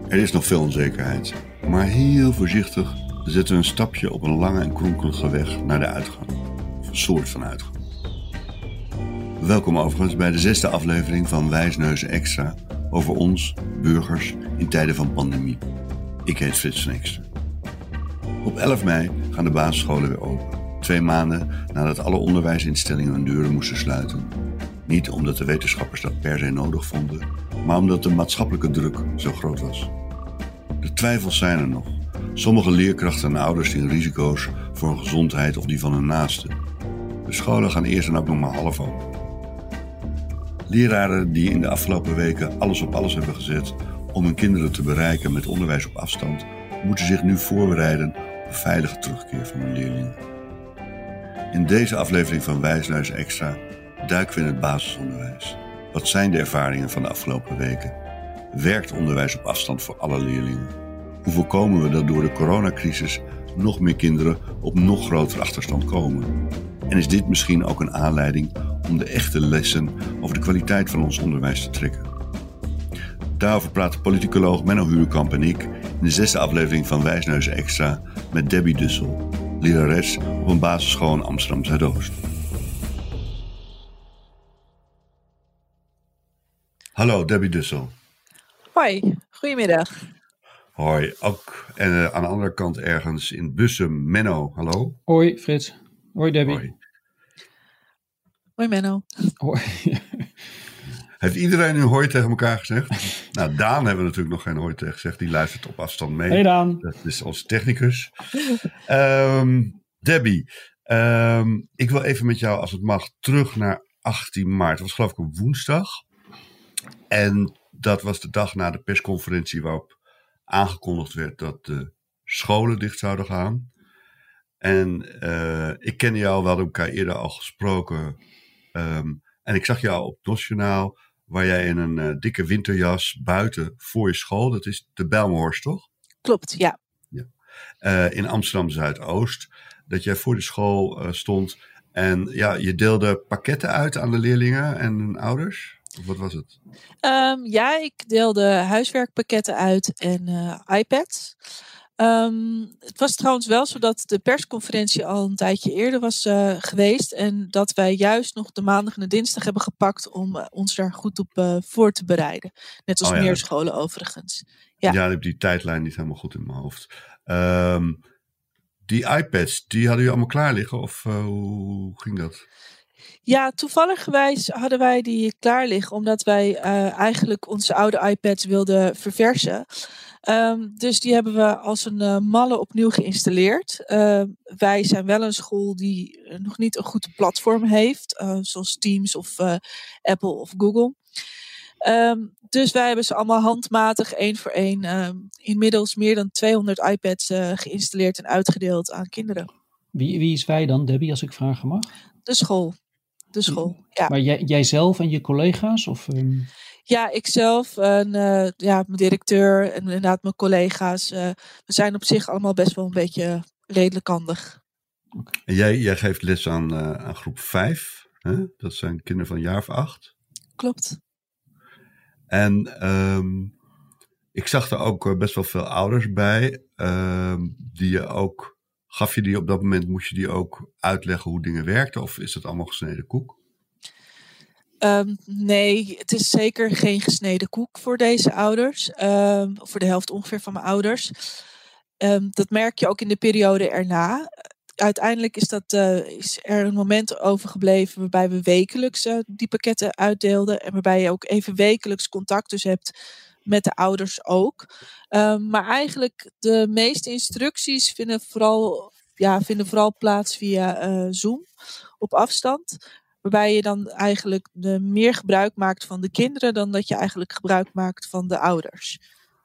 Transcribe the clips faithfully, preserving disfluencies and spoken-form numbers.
Er is nog veel onzekerheid, maar heel voorzichtig zetten we een stapje op een lange en kronkelige weg naar de uitgang. Of een soort van uitgang. Welkom overigens bij de zesde aflevering van Wijsneuzen Extra over ons, burgers, in tijden van pandemie. Ik heet Frits van Ekster. Op elf mei gaan de basisscholen weer open. Twee maanden nadat alle onderwijsinstellingen hun deuren moesten sluiten. Niet omdat de wetenschappers dat per se nodig vonden, maar omdat de maatschappelijke druk zo groot was. De twijfels zijn er nog. Sommige leerkrachten en ouders zien risico's voor hun gezondheid of die van hun naasten. De scholen gaan eerst en ook nog maar half open. Leraren die in de afgelopen weken alles op alles hebben gezet om hun kinderen te bereiken met onderwijs op afstand, moeten zich nu voorbereiden op een veilige terugkeer van hun leerlingen. In deze aflevering van Wijsneuzen Extra duiken we in het basisonderwijs. Wat zijn de ervaringen van de afgelopen weken? Werkt onderwijs op afstand voor alle leerlingen? Hoe voorkomen we dat door de coronacrisis nog meer kinderen op nog grotere achterstand komen? En is dit misschien ook een aanleiding om de echte lessen over de kwaliteit van ons onderwijs te trekken? Daarover praten politicoloog Menno Huurkamp en ik in de zesde aflevering van Wijsneuzen Extra met Debbie Dussel, lerares op een basisschool in Amsterdam Zuidoost. Hallo, Debbie Dussel. Hoi, goedemiddag. Hoi, ook en, uh, aan de andere kant ergens in Bussum, Menno, hallo. Hoi Frits. Hoi Debbie. Hoi. Hoi Menno. Hoi. Heeft iedereen nu hoi tegen elkaar gezegd? Nou, Daan hebben we natuurlijk nog geen hoi tegen gezegd. Die luistert op afstand mee. Hey Daan. Dat is onze technicus. Um, Debbie, um, ik wil even met jou, als het mag, terug naar achttien maart. Dat was geloof ik een woensdag. En dat was de dag na de persconferentie waarop aangekondigd werd dat de scholen dicht zouden gaan. En uh, ik ken jou, we hadden elkaar eerder al gesproken. Um, en ik zag jou op het Nationaal, waar jij in een uh, dikke winterjas buiten voor je school, dat is de Bijlmerhorst, toch? Klopt, ja. ja. Uh, in Amsterdam Zuidoost, dat jij voor de school uh, stond en ja, je deelde pakketten uit aan de leerlingen en hun ouders. Of wat was het? Um, ja, ik deelde huiswerkpakketten uit en uh, iPads. Um, het was trouwens wel zo dat de persconferentie al een tijdje eerder was uh, geweest. En dat wij juist nog de maandag en de dinsdag hebben gepakt om uh, ons daar goed op uh, voor te bereiden. Net als oh, ja. meer scholen overigens. Ja. ja, ik heb die tijdlijn niet helemaal goed in mijn hoofd. Um, die iPads, die hadden jullie allemaal klaar liggen? Of uh, hoe ging dat? Ja, toevalligerwijs hadden wij die klaar liggen, omdat wij uh, eigenlijk onze oude iPads wilden verversen. Um, dus die hebben we als een uh, malle opnieuw geïnstalleerd. Uh, wij zijn wel een school die uh, nog niet een goed platform heeft, uh, zoals Teams of uh, Apple of Google. Um, dus wij hebben ze allemaal handmatig, één voor één, uh, inmiddels meer dan tweehonderd iPads uh, geïnstalleerd en uitgedeeld aan kinderen. Wie, wie is wij dan, Debbie, als ik vragen mag? De school. De school, ja. Maar jij, jij zelf en je collega's? Of, um... Ja, ikzelf en uh, ja, mijn directeur en inderdaad mijn collega's. Uh, we zijn op zich allemaal best wel een beetje redelijk handig. Okay. En jij, jij geeft les aan, uh, aan groep vijf. Hè? Dat zijn kinderen van een jaar of acht. Klopt. En um, ik zag er ook best wel veel ouders bij. Um, die je ook... Gaf je die op dat moment, moest je die ook uitleggen hoe dingen werkten? Of is dat allemaal gesneden koek? Um, nee, het is zeker geen gesneden koek voor deze ouders. Um, voor de helft ongeveer van mijn ouders. Um, dat merk je ook in de periode erna. Uiteindelijk is, dat, uh, is er een moment overgebleven waarbij we wekelijks uh, die pakketten uitdeelden. En waarbij je ook even wekelijks contact dus hebt met de ouders ook. Um, maar eigenlijk de meeste instructies vinden vooral, ja, vinden vooral plaats via uh, Zoom op afstand. Waarbij je dan eigenlijk de meer gebruik maakt van de kinderen dan dat je eigenlijk gebruik maakt van de ouders.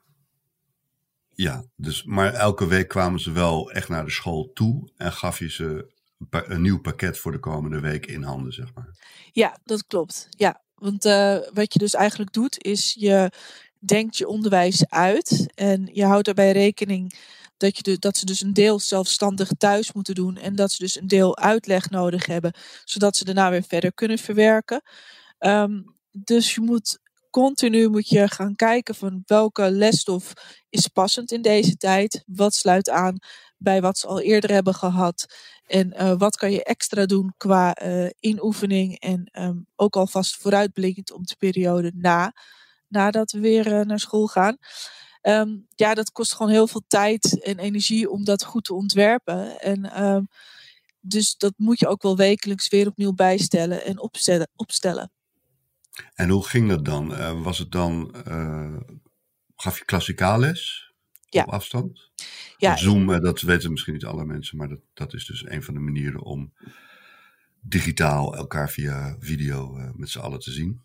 Ja, dus, maar elke week kwamen ze wel echt naar de school toe en gaf je ze een, pa- een nieuw pakket voor de komende week in handen, zeg maar. Ja, dat klopt. Ja, want uh, wat je dus eigenlijk doet is je denkt je onderwijs uit en je houdt daarbij rekening dat, je de, dat ze dus een deel zelfstandig thuis moeten doen en dat ze dus een deel uitleg nodig hebben, zodat ze daarna weer verder kunnen verwerken. Um, dus je moet continu moet je gaan kijken van welke lesstof is passend in deze tijd. Wat sluit aan bij wat ze al eerder hebben gehad. En uh, wat kan je extra doen qua uh, inoefening. En um, ook alvast vooruitblikkend op de periode na. Nadat we weer uh, naar school gaan. Um, ja, dat kost gewoon heel veel tijd en energie om dat goed te ontwerpen. En um, dus dat moet je ook wel wekelijks weer opnieuw bijstellen en opstellen. opstellen. En hoe ging dat dan? Uh, was het dan, uh, gaf je klassikaal les ja. op afstand? Ja. Op Zoom, uh, dat weten misschien niet alle mensen, maar dat, dat is dus een van de manieren om digitaal elkaar via video uh, met z'n allen te zien.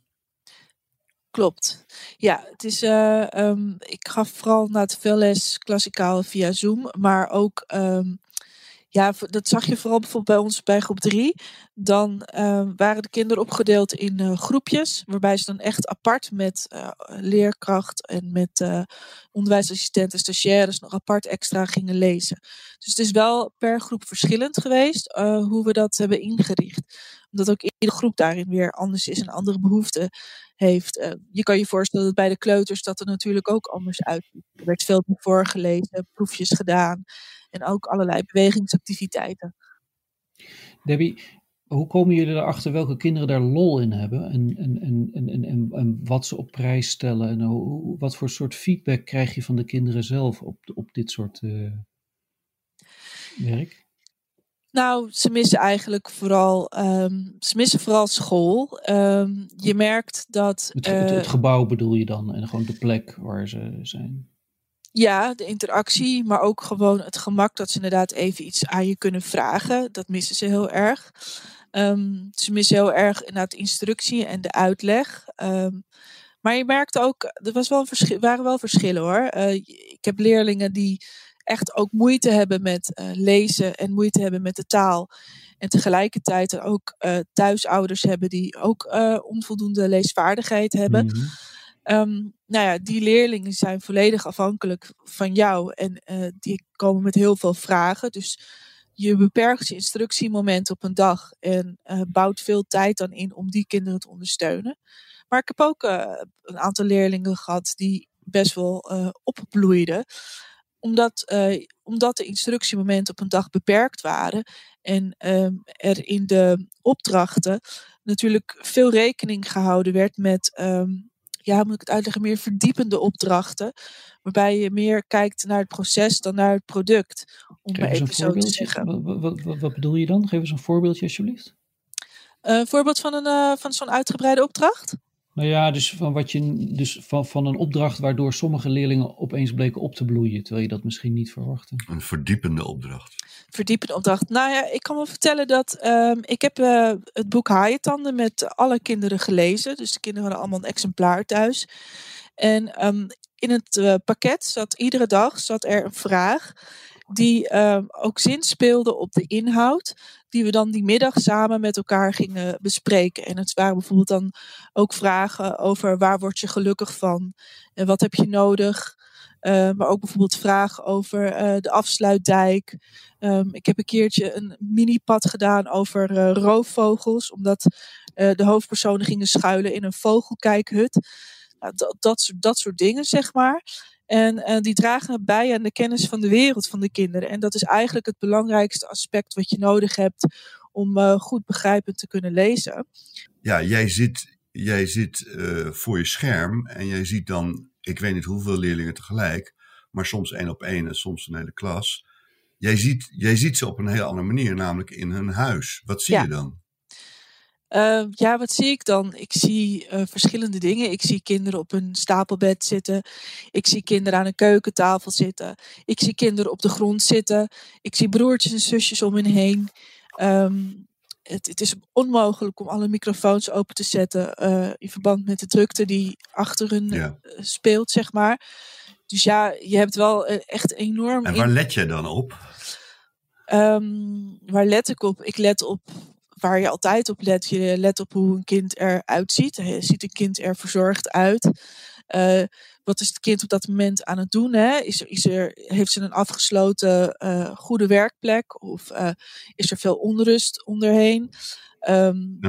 Klopt. Ja, het is, uh, um, ik gaf vooral na te veel les klassikaal via Zoom, maar ook, um, ja, dat zag je vooral bijvoorbeeld bij ons bij groep drie. Dan uh, waren de kinderen opgedeeld in uh, groepjes, waarbij ze dan echt apart met uh, leerkracht en met uh, onderwijsassistenten, stagiaires nog apart extra gingen lezen. Dus het is wel per groep verschillend geweest uh, hoe we dat hebben ingericht. Omdat ook iedere groep daarin weer anders is en andere behoeften heeft. Uh, je kan je voorstellen dat bij de kleuters dat er natuurlijk ook anders uitziet. Er werd veel meer voorgelezen, proefjes gedaan en ook allerlei bewegingsactiviteiten. Debbie, hoe komen jullie erachter welke kinderen daar lol in hebben en, en, en, en, en, en wat ze op prijs stellen? En hoe, wat voor soort feedback krijg je van de kinderen zelf op, op dit soort uh, werk? Nou, ze missen eigenlijk vooral, um, ze missen vooral school. Um, je merkt dat... Het, uh, het, het gebouw bedoel je dan en gewoon de plek waar ze zijn? Ja, de interactie, maar ook gewoon het gemak dat ze inderdaad even iets aan je kunnen vragen. Dat missen ze heel erg. Um, ze missen heel erg inderdaad de instructie en de uitleg. Um, maar je merkt ook, er was wel verschil, waren wel verschillen hoor. Uh, ik heb leerlingen die echt ook moeite hebben met uh, lezen en moeite hebben met de taal. En tegelijkertijd er ook uh, thuisouders hebben die ook uh, onvoldoende leesvaardigheid hebben. Mm-hmm. Um, nou ja, die leerlingen zijn volledig afhankelijk van jou en uh, die komen met heel veel vragen. Dus je beperkt je instructiemoment op een dag en uh, bouwt veel tijd dan in om die kinderen te ondersteunen. Maar ik heb ook uh, een aantal leerlingen gehad die best wel uh, opbloeiden. Omdat, uh, omdat de instructiemomenten op een dag beperkt waren. En um, er in de opdrachten natuurlijk veel rekening gehouden werd met... Um, ja, hoe moet ik het uitleggen, meer verdiepende opdrachten. Waarbij je meer kijkt naar het proces dan naar het product. Om Geef maar even zo te zeggen. Wat, wat, wat, wat bedoel je dan? Geef eens een voorbeeldje alsjeblieft. Een uh, voorbeeld van, een, uh, van zo'n uitgebreide opdracht? Nou ja, dus van, wat je, dus van, van een opdracht waardoor sommige leerlingen opeens bleken op te bloeien. Terwijl je dat misschien niet verwachtte. Een verdiepende opdracht. Verdiepende opdracht. Nou ja, ik kan wel vertellen dat um, ik heb uh, het boek Haaientanden met alle kinderen gelezen. Dus de kinderen hadden allemaal een exemplaar thuis. En um, in het uh, pakket zat iedere dag zat er een vraag die uh, ook zinspeelde op de inhoud. Die we dan die middag samen met elkaar gingen bespreken. En het waren bijvoorbeeld dan ook vragen over waar word je gelukkig van? En wat heb je nodig? Uh, maar ook bijvoorbeeld vragen over uh, de afsluitdijk. Um, ik heb een keertje een mini-pad gedaan over uh, roofvogels. Omdat uh, de hoofdpersonen gingen schuilen in een vogelkijkhut. Nou, dat, dat, dat soort dingen, zeg maar. En uh, die dragen bij aan de kennis van de wereld van de kinderen. En dat is eigenlijk het belangrijkste aspect wat je nodig hebt om uh, goed begrijpend te kunnen lezen. Ja, jij zit, jij zit uh, voor je scherm en jij ziet dan, ik weet niet hoeveel leerlingen tegelijk, maar soms één op één en soms een hele klas. Jij ziet, jij ziet ze op een heel andere manier, namelijk in hun huis. Wat zie ja. je dan? Uh, ja, wat zie ik dan? Ik zie uh, verschillende dingen. Ik zie kinderen op een stapelbed zitten. Ik zie kinderen aan een keukentafel zitten. Ik zie kinderen op de grond zitten. Ik zie broertjes en zusjes om hen heen. Um, het, het is onmogelijk om alle microfoons open te zetten uh, in verband met de drukte die achter hun ja. uh, speelt, zeg maar. Dus ja, je hebt wel uh, echt enorm... En waar in... let jij dan op? Um, waar let ik op? Ik let op... Waar je altijd op let, je let op hoe een kind eruit ziet. Je ziet een kind er verzorgd uit. Uh, wat is het kind op dat moment aan het doen? Hè? Is er, is er, heeft ze een afgesloten uh, goede werkplek? Of uh, is er veel onrust onderheen? Um, en,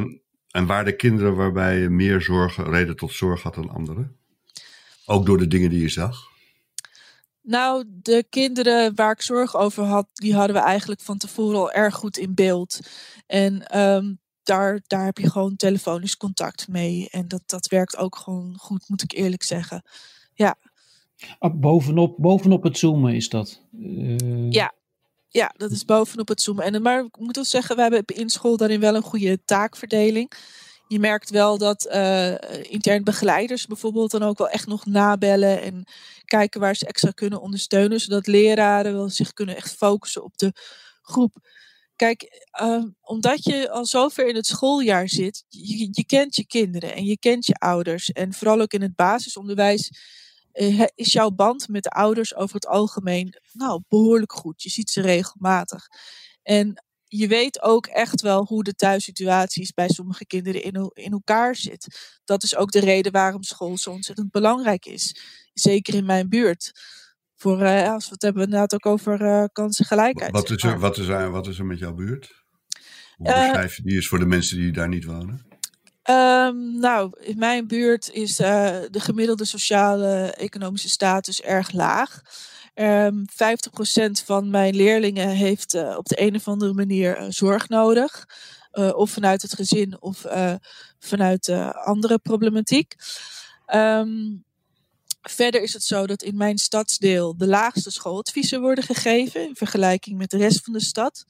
En waren de kinderen waarbij je meer zorgen, reden tot zorg had dan anderen? Ook door de dingen die je zag? Nou, de kinderen waar ik zorg over had, die hadden we eigenlijk van tevoren al erg goed in beeld. En um, daar, daar heb je gewoon telefonisch contact mee. En dat, dat werkt ook gewoon goed, moet ik eerlijk zeggen. Ja. Ah, bovenop, bovenop het zoomen is dat? Uh... Ja. Ja, dat is bovenop het zoomen. En, maar ik moet wel zeggen, we hebben in school daarin wel een goede taakverdeling. Je merkt wel dat uh, intern begeleiders bijvoorbeeld dan ook wel echt nog nabellen en kijken waar ze extra kunnen ondersteunen, zodat leraren wel zich kunnen echt focussen op de groep. Kijk, uh, omdat je al zover in het schooljaar zit, je, je kent je kinderen en je kent je ouders. En vooral ook in het basisonderwijs uh, is jouw band met de ouders over het algemeen nou, behoorlijk goed. Je ziet ze regelmatig. En je weet ook echt wel hoe de thuissituaties bij sommige kinderen in, in elkaar zit. Dat is ook de reden waarom school zo ontzettend belangrijk is. Zeker in mijn buurt. Voor, uh, als we het hebben inderdaad ook over uh, kansengelijkheid. Wat is, er, wat, is er, wat is er met jouw buurt? Hoe beschrijf je die eens voor de mensen die daar niet wonen? Um, nou, in mijn buurt is uh, de gemiddelde sociale economische status erg laag. Um, vijftig procent van mijn leerlingen heeft uh, op de een of andere manier uh, zorg nodig. Uh, of vanuit het gezin of uh, vanuit uh, andere problematiek. Um, verder is het zo dat in mijn stadsdeel de laagste schooladviezen worden gegeven in vergelijking met de rest van de stad.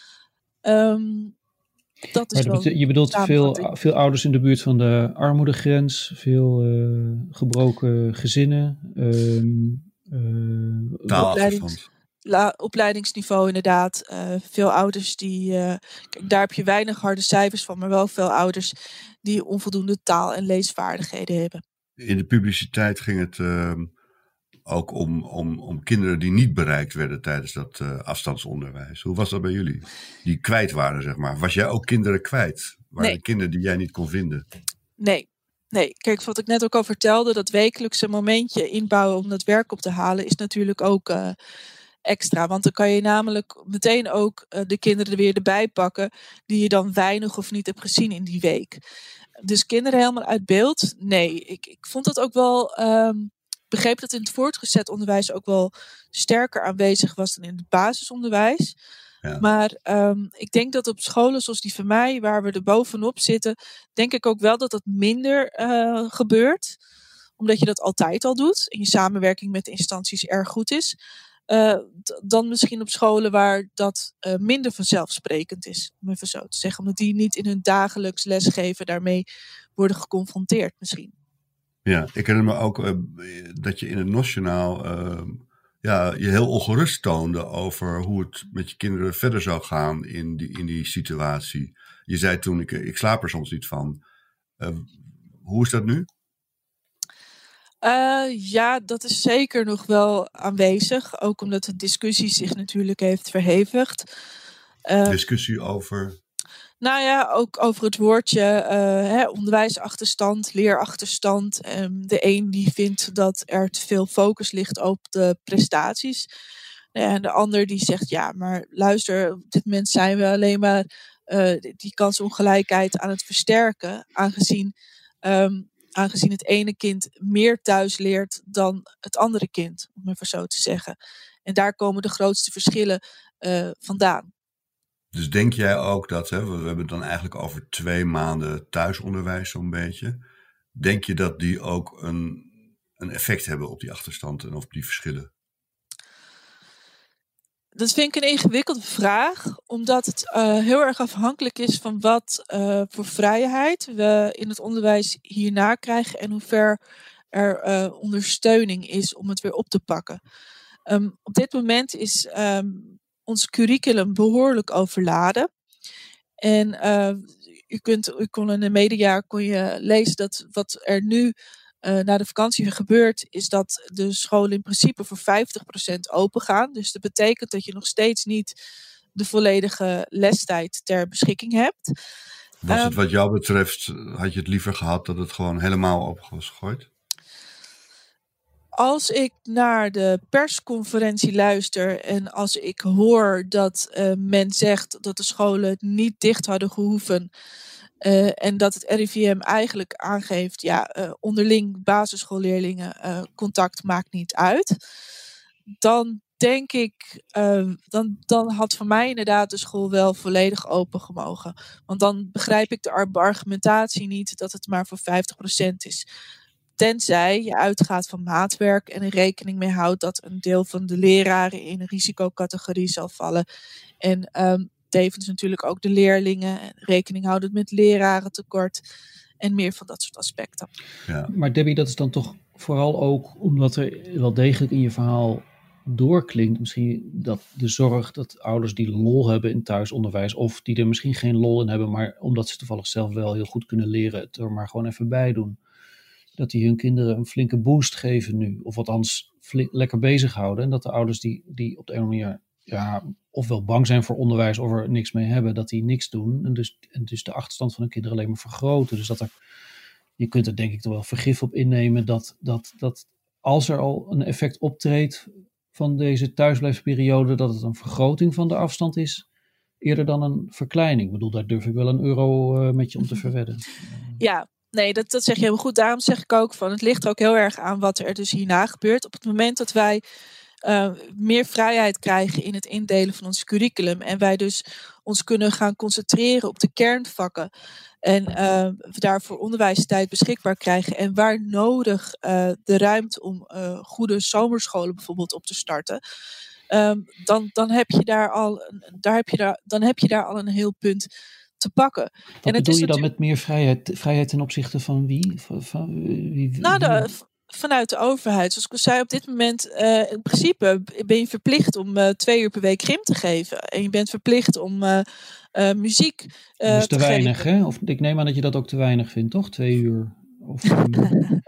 Um, dat is maar je bedoelt veel, veel ouders in de buurt van de armoedegrens, veel uh, gebroken gezinnen. Um, Uh, Taalachterstand. La, opleidingsniveau inderdaad. Uh, veel ouders die... Uh, kijk, daar heb je weinig harde cijfers van, maar wel veel ouders die onvoldoende taal- en leesvaardigheden hebben. In de publiciteit ging het uh, ook om, om, om kinderen die niet bereikt werden tijdens dat uh, afstandsonderwijs. Hoe was dat bij jullie? Die kwijt waren, zeg maar. Was jij ook kinderen kwijt? Waren nee. er kinderen die jij niet kon vinden? Nee. Nee, kijk, wat ik net ook al vertelde, dat wekelijkse momentje inbouwen om dat werk op te halen, is natuurlijk ook uh, extra. Want dan kan je namelijk meteen ook uh, de kinderen er weer erbij pakken die je dan weinig of niet hebt gezien in die week. Dus kinderen helemaal uit beeld? Nee, ik, ik vond dat ook wel, um, begreep dat in het voortgezet onderwijs ook wel sterker aanwezig was dan in het basisonderwijs. Ja. Maar um, ik denk dat op scholen zoals die van mij, waar we er bovenop zitten, denk ik ook wel dat dat minder uh, gebeurt. Omdat je dat altijd al doet en je samenwerking met de instanties erg goed is. Uh, d- dan misschien op scholen waar dat uh, minder vanzelfsprekend is, om even zo te zeggen. Omdat die niet in hun dagelijks lesgeven daarmee worden geconfronteerd misschien. Ja, ik herinner me ook uh, dat je in het Nationaal uh, ja, je heel ongerust toonde over hoe het met je kinderen verder zou gaan in die, in die situatie. Je zei toen, ik, ik slaap er soms niet van. Uh, hoe is dat nu? Uh, ja, dat is zeker nog wel aanwezig. Ook omdat de discussie zich natuurlijk heeft verhevigd. Uh, discussie over? Nou ja, ook over het woordje uh, hè, onderwijsachterstand, leerachterstand. Um, de een die vindt dat er te veel focus ligt op de prestaties. En de ander die zegt, ja, maar luister, op dit moment zijn we alleen maar uh, die kansongelijkheid aan het versterken. Aangezien, um, aangezien het ene kind meer thuis leert dan het andere kind, om even zo te zeggen. En daar komen de grootste verschillen uh, vandaan. Dus denk jij ook dat, hè, we hebben het dan eigenlijk over twee maanden thuisonderwijs zo'n beetje. Denk je dat die ook een, een effect hebben op die achterstand en op die verschillen? Dat vind ik een ingewikkelde vraag, omdat het uh, heel erg afhankelijk is van wat uh, voor vrijheid we in het onderwijs hierna krijgen en hoe ver er uh, ondersteuning is om het weer op te pakken. Um, op dit moment is um, ons curriculum behoorlijk overladen. En uh, u, kunt, u kon in de media kon je lezen dat wat er nu uh, na de vakantie gebeurt, is dat de scholen in principe voor vijftig procent open gaan. Dus dat betekent dat je nog steeds niet de volledige lestijd ter beschikking hebt. Was het wat jou betreft, had je het liever gehad dat het gewoon helemaal open was gegooid? Als ik naar de persconferentie luister en als ik hoor dat uh, men zegt dat de scholen niet dicht hadden gehoeven Uh, en dat het R I V M eigenlijk aangeeft, ja, uh, onderling basisschoolleerlingen, uh, contact maakt niet uit. Dan denk ik, uh, dan, dan had voor mij inderdaad de school wel volledig open gemogen. Want dan begrijp ik de argumentatie niet dat het maar voor vijftig procent is. Tenzij je uitgaat van maatwerk en er rekening mee houdt dat een deel van de leraren in een risicocategorie zal vallen. En um, tevens natuurlijk ook de leerlingen en rekening houden met lerarentekort en meer van dat soort aspecten. Ja. Maar Debbie, dat is dan toch vooral ook omdat er wel degelijk in je verhaal doorklinkt, misschien dat de zorg dat ouders die lol hebben in thuisonderwijs, of die er misschien geen lol in hebben, maar omdat ze toevallig zelf wel heel goed kunnen leren, het er maar gewoon even bij doen. Dat die hun kinderen een flinke boost geven nu, of althans flink, lekker bezighouden. En dat de ouders die, die op de een of andere manier ja, ofwel bang zijn voor onderwijs of er niks mee hebben, dat die niks doen. En dus, en dus de achterstand van hun kinderen alleen maar vergroten. Dus dat er, je kunt er denk ik toch wel vergif op innemen dat, dat, dat als er al een effect optreedt van deze thuisblijfperiode, dat het een vergroting van de afstand is, eerder dan een verkleining. Ik bedoel, daar durf ik wel een euro uh, met je om te verwedden. Ja, nee, dat, dat zeg je helemaal goed. Daarom zeg ik ook van, het ligt er ook heel erg aan wat er dus hierna gebeurt. Op het moment dat wij uh, meer vrijheid krijgen in het indelen van ons curriculum en wij dus ons kunnen gaan concentreren op de kernvakken en uh, we daarvoor onderwijstijd beschikbaar krijgen en waar nodig uh, de ruimte om uh, goede zomerscholen bijvoorbeeld op te starten, um, dan, dan, heb je daar al, daar heb je daar, dan heb je daar al een heel punt te pakken. Wat en het bedoel is je dan natuurlijk... met meer vrijheid? Vrijheid ten opzichte van wie? Van, van, wie, wie? Nou, de, vanuit de overheid. Zoals ik al zei, op dit moment, uh, in principe ben je verplicht om uh, twee uur per week gym te geven. En je bent verplicht om uh, uh, muziek uh, dat is te, te weinig, geven. Hè? Of ik neem aan dat je dat ook te weinig vindt, toch? Twee uur? Of, um...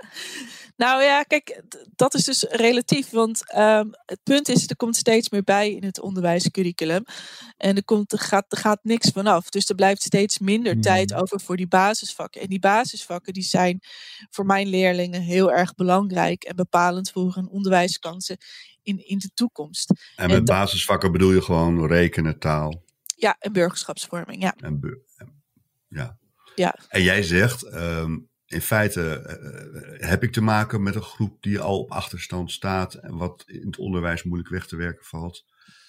Nou ja, kijk, dat is dus relatief. Want um, het punt is, er komt steeds meer bij in het onderwijscurriculum. En er, komt, er, gaat, er gaat niks vanaf. Dus er blijft steeds minder mm. tijd over voor die basisvakken. En die basisvakken die zijn voor mijn leerlingen heel erg belangrijk en bepalend voor hun onderwijskansen in, in de toekomst. En met en dat, basisvakken bedoel je gewoon rekenen, taal? Ja, en burgerschapsvorming, ja. En, bu- ja. ja. En jij zegt, um, in feite uh, heb ik te maken met een groep die al op achterstand staat en wat in het onderwijs moeilijk weg te werken valt.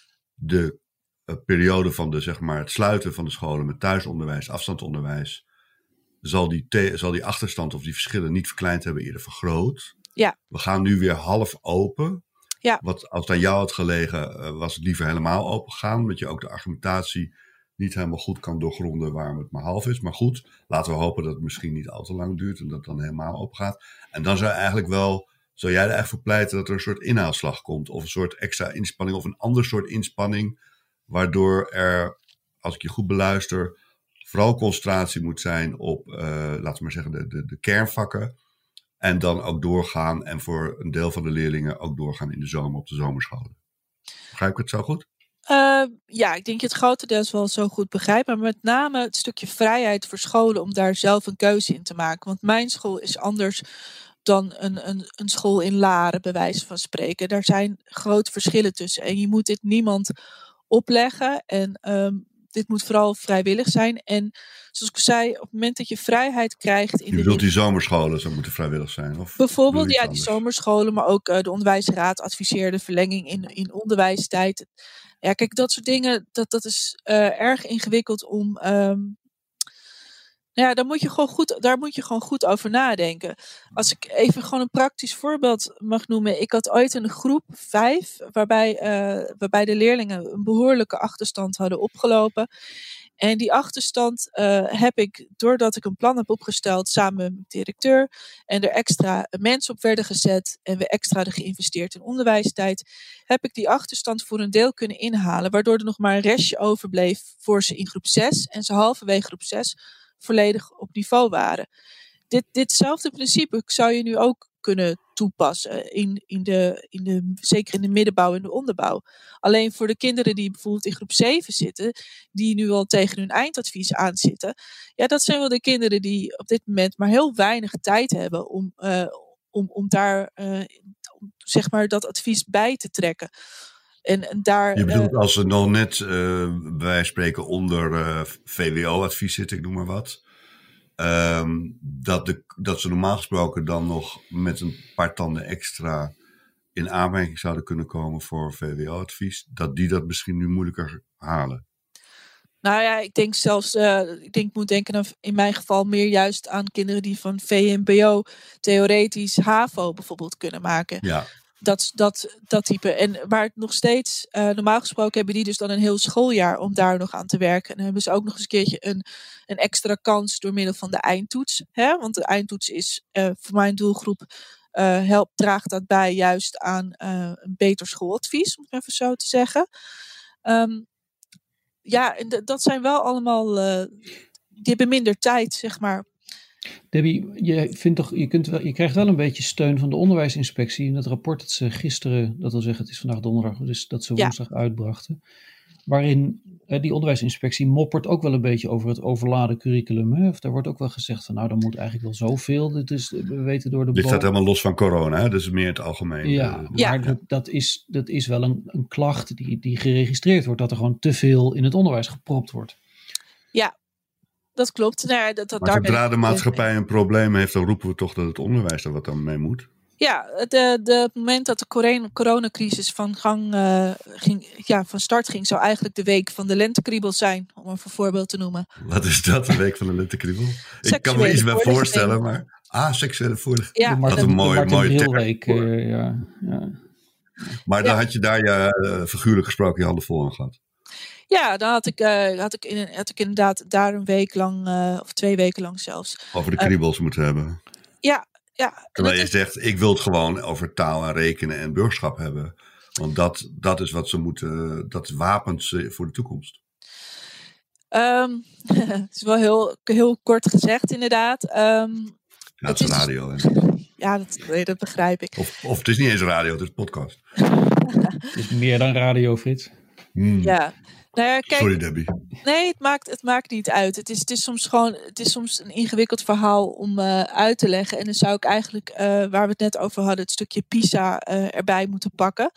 De uh, periode van de, zeg maar, het sluiten van de scholen met thuisonderwijs, afstandsonderwijs, zal die, te- zal die achterstand of die verschillen niet verkleind hebben, eerder vergroot. Ja. We gaan nu weer half open. Ja. Wat als het aan jou had gelegen, uh, was het liever helemaal open gaan, omdat je ook de argumentatie niet helemaal goed kan doorgronden waarom het maar half is. Maar goed, laten we hopen dat het misschien niet al te lang duurt en dat het dan helemaal open gaat. En dan zou eigenlijk wel, zou jij er echt voor pleiten dat er een soort inhaalslag komt, of een soort extra inspanning, of een ander soort inspanning, waardoor er, als ik je goed beluister, vooral concentratie moet zijn op, uh, laten we maar zeggen, de, de, de kernvakken. En dan ook doorgaan en voor een deel van de leerlingen ook doorgaan in de zomer op de zomerscholen. Begrijp ik het zo goed? Uh, ja, ik denk je het grotendeels wel zo goed begrijpt. Maar met name het stukje vrijheid voor scholen om daar zelf een keuze in te maken. Want mijn school is anders dan een, een, een school in Laren, bij wijze van spreken. Daar zijn grote verschillen tussen. En je moet dit niemand opleggen. En um, dit moet vooral vrijwillig zijn. En zoals ik zei, op het moment dat je vrijheid krijgt... In je bedoelt die zomerscholen zou moeten vrijwillig zijn? Of bijvoorbeeld, ja, die zomerscholen. Maar ook uh, de onderwijsraad adviseerde verlenging in, in onderwijstijd. Ja, kijk, dat soort dingen, dat, dat is uh, erg ingewikkeld om... Um, ja, daar moet, je gewoon goed, daar moet je gewoon goed over nadenken. Als ik even gewoon een praktisch voorbeeld mag noemen. Ik had ooit een groep vijf, waarbij, uh, waarbij de leerlingen een behoorlijke achterstand hadden opgelopen. En die achterstand uh, heb ik, doordat ik een plan heb opgesteld samen met mijn directeur en er extra mensen op werden gezet en we extra hadden geïnvesteerd in onderwijstijd, heb ik die achterstand voor een deel kunnen inhalen, waardoor er nog maar een restje overbleef voor ze in groep zes en ze halverwege groep zes volledig op niveau waren. Dit, ditzelfde principe zou je nu ook kunnen toepassen, in, in de, in de, zeker in de middenbouw en de onderbouw. Alleen voor de kinderen die bijvoorbeeld in groep zeven zitten, die nu al tegen hun eindadvies aanzitten, ja, dat zijn wel de kinderen die op dit moment maar heel weinig tijd hebben om, uh, om, om daar uh, zeg maar dat advies bij te trekken. En, en daar, je bedoelt uh, als ze nog net, uh, bij wijze van spreken, onder uh, V W O-advies zitten, ik noem maar wat. Um, dat, de, dat ze normaal gesproken dan nog met een paar tanden extra in aanmerking zouden kunnen komen voor V W O-advies, dat die dat misschien nu moeilijker halen. Nou ja, ik denk zelfs, uh, ik denk, moet denken aan, in mijn geval meer juist aan kinderen die van V M B O theoretisch HAVO bijvoorbeeld kunnen maken. Ja. Dat, dat, dat type. En waar het nog steeds, uh, normaal gesproken hebben die dus dan een heel schooljaar om daar nog aan te werken. En dan hebben ze ook nog eens een keertje een, een extra kans door middel van de eindtoets. Hè? Want de eindtoets is uh, voor mijn doelgroep, uh, helpt, draagt dat bij juist aan uh, een beter schooladvies, om het even zo te zeggen. Um, ja, en d- dat zijn wel allemaal, uh, die hebben minder tijd, zeg maar. Debbie, je, vindt toch, je, kunt wel, je krijgt wel een beetje steun van de onderwijsinspectie in het rapport dat ze gisteren, dat wil zeggen het is vandaag donderdag, dus dat ze woensdag ja. uitbrachten. Waarin eh, die onderwijsinspectie moppert ook wel een beetje over het overladen curriculum. Hè? Of daar wordt ook wel gezegd van nou, dan moet eigenlijk wel zoveel. Dit is, we weten door de Dit bo- staat helemaal los van corona, hè? Dat is meer het algemeen. Ja, uh, maar ja. dat, dat, is, dat is wel een, een klacht die, die geregistreerd wordt, dat er gewoon te veel in het onderwijs gepropt wordt. Ja. Dat klopt. Nou ja, dat, dat, maar daar zodra ben de maatschappij een probleem heeft, dan roepen we toch dat het onderwijs er wat aan mee moet. Ja, de, de, het moment dat de corona, coronacrisis van gang uh, ging, ja, van start ging, zou eigenlijk de week van de lentekriebel zijn, om een voorbeeld te noemen. Wat is dat, de week van de lentekriebel? Ik kan me iets bij voorstellen, maar ah, seksuele voorlichting. Ja, de Martin, dat is een mooie, de mooie Brilweek, uh, ja, ja. Maar dan ja. had je daar je uh, figuurlijk gesproken je handen vol aan gehad. Ja, dan had ik, uh, had, ik in, had ik inderdaad daar een week lang, uh, of twee weken lang zelfs. Over de kriebels uh, moeten hebben. Ja, ja. Terwijl je is... zegt, ik wil het gewoon over taal en rekenen en burgerschap hebben. Want dat, dat is wat ze moeten, dat wapent ze voor de toekomst. Um, het is wel heel, heel kort gezegd inderdaad. Um, ja, het is radio. Dus, hè? ja, dat, nee, dat begrijp ik. Of, of het is niet eens radio, het is podcast. Het is meer dan radio, Frits. Hmm. Ja. Nou ja, kijk, sorry Debbie. Nee, het maakt, het maakt niet uit. Het is, het is soms gewoon, het is soms een ingewikkeld verhaal om uh, uit te leggen. En dan zou ik eigenlijk, uh, waar we het net over hadden, het stukje PISA uh, erbij moeten pakken.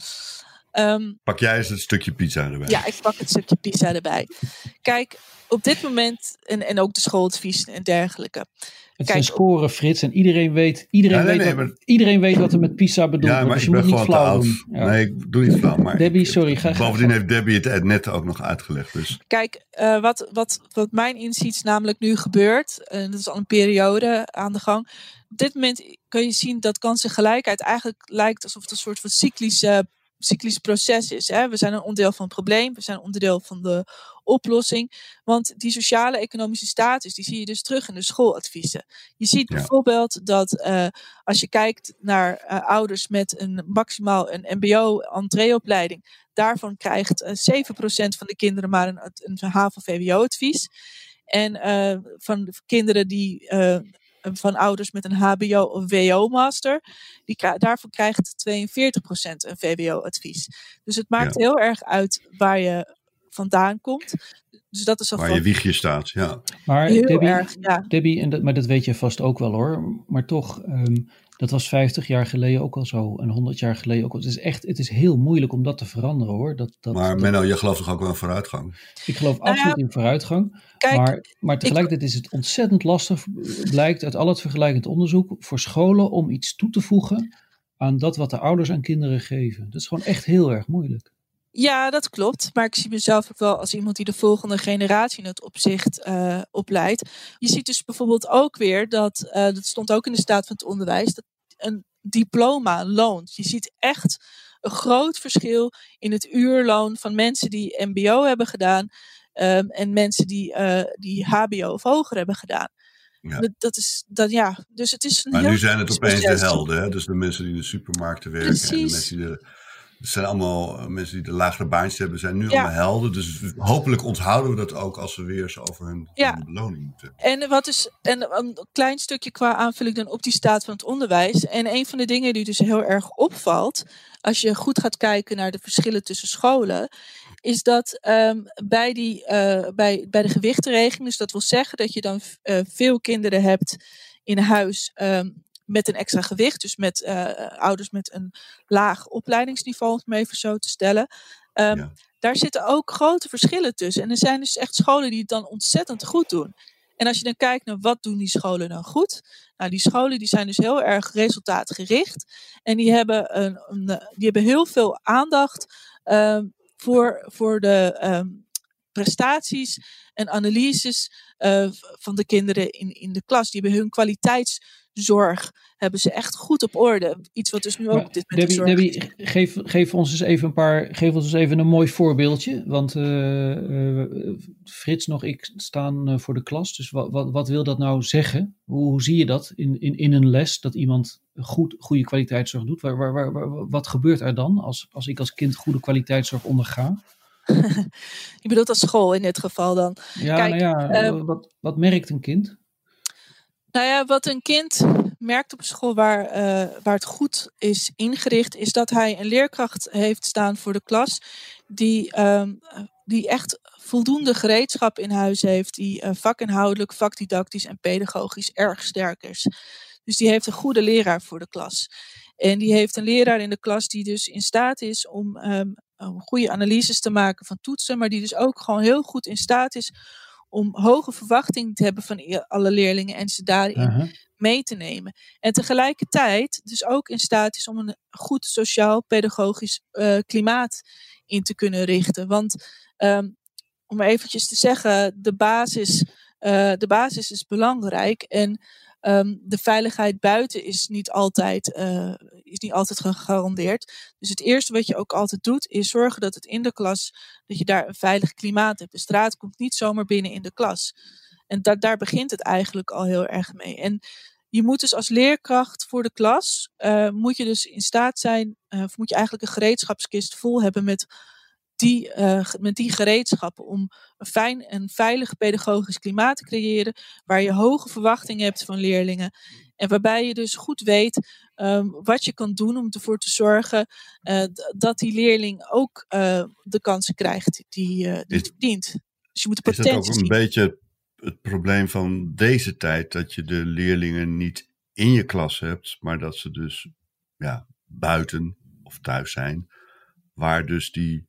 Um, Pak jij eens het stukje pizza erbij. Ja, ik pak het stukje pizza erbij. Kijk, op dit moment, en, en ook de schooladvies en dergelijke. Het Kijk, zijn scoren, Frits, en iedereen weet, iedereen, ja, nee, weet, nee, wat, maar... iedereen weet wat er met pizza bedoeld ja, wordt. Dus je moet niet flauw doen. Ja. Nee, ik doe niet flauw. Maar Debbie, ik, sorry. Ga, bovendien ga, heeft Debbie het net ook nog uitgelegd. Dus. Kijk, uh, wat, wat, wat mijn inziens namelijk nu gebeurt, en uh, dat is al een periode aan de gang. Op dit moment kun je zien dat kansengelijkheid eigenlijk lijkt alsof het een soort van cyclische cyclisch proces is. Hè? We zijn een onderdeel van het probleem. We zijn een onderdeel van de oplossing. Want die sociale economische status, die zie je dus terug in de schooladviezen. Je ziet ja. bijvoorbeeld dat uh, als je kijkt naar uh, ouders met een maximaal een M B O-entreeopleiding, daarvan krijgt uh, zeven procent van de kinderen maar een, een HAVO-V W O-advies. En uh, van de kinderen die uh, van ouders met een H B O of W O-master, die, daarvoor krijgt tweeënveertig procent een V W O-advies. Dus het maakt ja. heel erg uit waar je vandaan komt. Dus dat is waar van... je wiegje staat, ja. Maar heel Debbie, erg, ja. Debbie en dat, maar dat weet je vast ook wel hoor. Maar toch, um, dat was vijftig jaar geleden ook al zo. En honderd jaar geleden ook al. Het is echt, het is heel moeilijk om dat te veranderen hoor. Dat, dat, maar dat, Menno, je gelooft toch ook wel in vooruitgang? Ik geloof nou absoluut ja, in vooruitgang. Kijk, maar, maar tegelijkertijd ik, is het ontzettend lastig, blijkt uit al het vergelijkend onderzoek, voor scholen om iets toe te voegen aan dat wat de ouders aan kinderen geven. Dat is gewoon echt heel erg moeilijk. Ja, dat klopt. Maar ik zie mezelf ook wel als iemand die de volgende generatie in het opzicht uh, opleidt. Je ziet dus bijvoorbeeld ook weer dat, uh, dat stond ook in de staat van het onderwijs, dat een diploma loont. Je ziet echt een groot verschil in het uurloon van mensen die M B O hebben gedaan um, en mensen die, uh, die H B O of hoger hebben gedaan. Ja. Dat, dat is, dat, ja, dus het is een maar heel nu zijn het opeens proces. de helden, hè? Dus de mensen die in de supermarkten werken. Precies. En de mensen die de, het zijn allemaal mensen die de lagere baantjes hebben, zijn nu ja. allemaal helden. Dus hopelijk onthouden we dat ook als we weer eens over hun, ja. hun beloning moeten. En, wat is, en een klein stukje qua aanvulling dan op die staat van het onderwijs. En een van de dingen die dus heel erg opvalt, als je goed gaat kijken naar de verschillen tussen scholen, is dat um, bij, die, uh, bij, bij de gewichtenregeling, dus dat wil zeggen dat je dan uh, veel kinderen hebt in huis um, met een extra gewicht, dus met uh, ouders met een laag opleidingsniveau, om het maar even zo te stellen. Um, ja. Daar zitten ook grote verschillen tussen. En er zijn dus echt scholen die het dan ontzettend goed doen. En als je dan kijkt naar wat doen die scholen nou goed. Nou, die scholen die zijn dus heel erg resultaatgericht. En die hebben, een, een, die hebben heel veel aandacht uh, voor, voor de um, prestaties en analyses uh, van de kinderen in, in de klas. Die hebben hun kwaliteitszorg hebben ze echt goed op orde. Iets wat dus nu ook Maar, op dit moment Debbie, zorg Debbie is. geef, geef ons eens even een paar, geef ons eens even een mooi voorbeeldje. Want uh, uh, Frits nog ik staan uh, voor de klas. Dus wat, wat, wat wil dat nou zeggen? Hoe, hoe zie je dat in, in, in een les? Dat iemand goed, goede kwaliteitszorg doet? Waar, waar, waar, waar, wat gebeurt er dan als, als ik als kind goede kwaliteitszorg onderga? Je bedoelt als school in dit geval dan? Ja, Kijk, nou ja, uh, wat, wat merkt een kind? Nou ja, wat een kind merkt op school waar, uh, waar het goed is ingericht, is dat hij een leerkracht heeft staan voor de klas die, um, die echt voldoende gereedschap in huis heeft, die uh, vakinhoudelijk, vakdidactisch en pedagogisch erg sterk is. Dus die heeft een goede leraar voor de klas. En die heeft een leraar in de klas die dus in staat is om um, goede analyses te maken van toetsen, maar die dus ook gewoon heel goed in staat is om hoge verwachtingen te hebben van alle leerlingen en ze daarin uh-huh. mee te nemen. En tegelijkertijd dus ook in staat is om een goed sociaal-pedagogisch uh, klimaat in te kunnen richten. Want um, om eventjes te zeggen, de basis, uh, de basis is belangrijk en um, de veiligheid buiten is niet altijd, uh, is niet altijd gegarandeerd. Dus het eerste wat je ook altijd doet, is zorgen dat het in de klas, dat je daar een veilig klimaat hebt. De straat komt niet zomaar binnen in de klas. En da- daar begint het eigenlijk al heel erg mee. En je moet dus als leerkracht voor de klas, uh, moet je dus in staat zijn, uh, of moet je eigenlijk een gereedschapskist vol hebben met die, uh, met die gereedschappen om een fijn en veilig pedagogisch klimaat te creëren, waar je hoge verwachtingen hebt van leerlingen en waarbij je dus goed weet um, wat je kan doen om ervoor te zorgen uh, d- dat die leerling ook uh, de kansen krijgt die hij uh, verdient. Dus je moet de potentie zien. Is dat ook een beetje het probleem van deze tijd, dat je de leerlingen niet in je klas hebt, maar dat ze dus ja, buiten of thuis zijn, waar dus die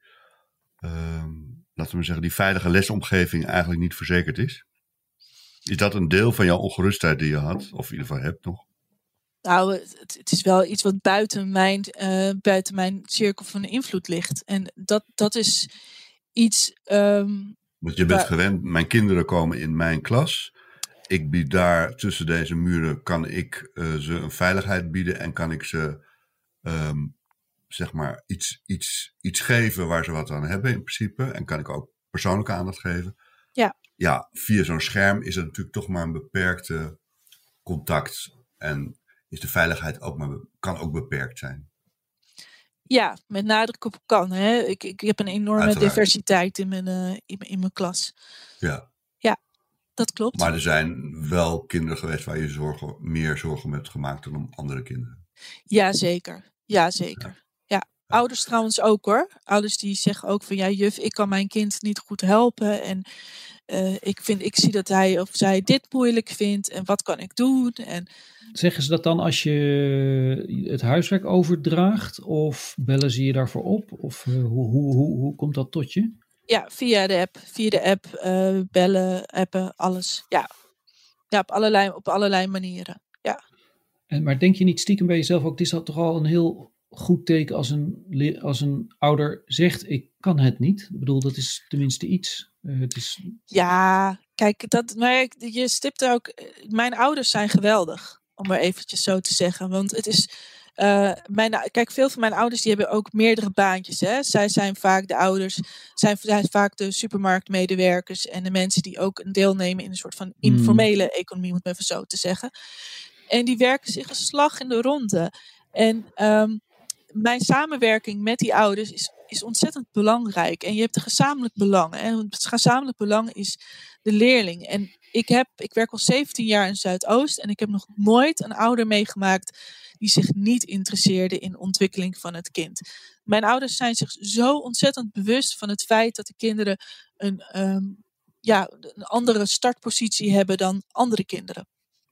Uh, laten we maar zeggen, die veilige lesomgeving eigenlijk niet verzekerd is? Is dat een deel van jouw ongerustheid die je had? Of in ieder geval hebt nog? Nou, het, het is wel iets wat buiten mijn, uh, buiten mijn cirkel van invloed ligt. En dat, dat is iets... Um, Want je bent waar... gewend, mijn kinderen komen in mijn klas. Ik bied daar, tussen deze muren, kan ik uh, ze een veiligheid bieden en kan ik ze... Um, zeg maar iets, iets, iets geven waar ze wat aan hebben in principe. En kan ik ook persoonlijke aandacht geven. Ja. Ja, via zo'n scherm is het natuurlijk toch maar een beperkte contact. En is de veiligheid ook maar, kan ook beperkt zijn. Ja, met nadruk op kan. Hè. Ik, ik heb een enorme Uiteraard. diversiteit in mijn, uh, in, in mijn klas. Ja. Ja, dat klopt. Maar er zijn wel kinderen geweest waar je zorgen, meer zorgen om hebt gemaakt dan om andere kinderen. Jazeker, jazeker. Ja. Ouders trouwens ook hoor. Ouders die zeggen ook van ja juf, ik kan mijn kind niet goed helpen. En uh, ik, vind, ik zie dat hij of zij dit moeilijk vindt. En wat kan ik doen? En... Zeggen ze dat dan als je het huiswerk overdraagt? Of bellen ze je daarvoor op? Of uh, hoe, hoe, hoe, hoe komt dat tot je? Ja, via de app. Via de app, uh, bellen, appen, alles. Ja, ja op, allerlei, op allerlei manieren. Ja. En, maar denk je niet stiekem bij jezelf ook, het is dat toch al een heel... goed teken als een, als een ouder zegt, ik kan het niet. Ik bedoel, dat is tenminste iets. Uh, het is... Ja, kijk, dat, maar je stipt er ook... Mijn ouders zijn geweldig, om maar eventjes zo te zeggen. Want het is... Uh, mijn, kijk, veel van mijn ouders die hebben ook meerdere baantjes. Hè. Zij zijn vaak de ouders, zijn, zijn vaak de supermarktmedewerkers en de mensen die ook een deelnemen in een soort van informele mm. economie, moet ik even zo te zeggen. En die werken zich een slag in de ronde. En... Um, mijn samenwerking met die ouders is, is ontzettend belangrijk. En je hebt een gezamenlijk belang. En het gezamenlijk belang is de leerling. En ik, heb, ik werk al zeventien jaar in Zuidoost. En ik heb nog nooit een ouder meegemaakt die zich niet interesseerde in de ontwikkeling van het kind. Mijn ouders zijn zich zo ontzettend bewust van het feit dat de kinderen een, um, ja, een andere startpositie hebben dan andere kinderen.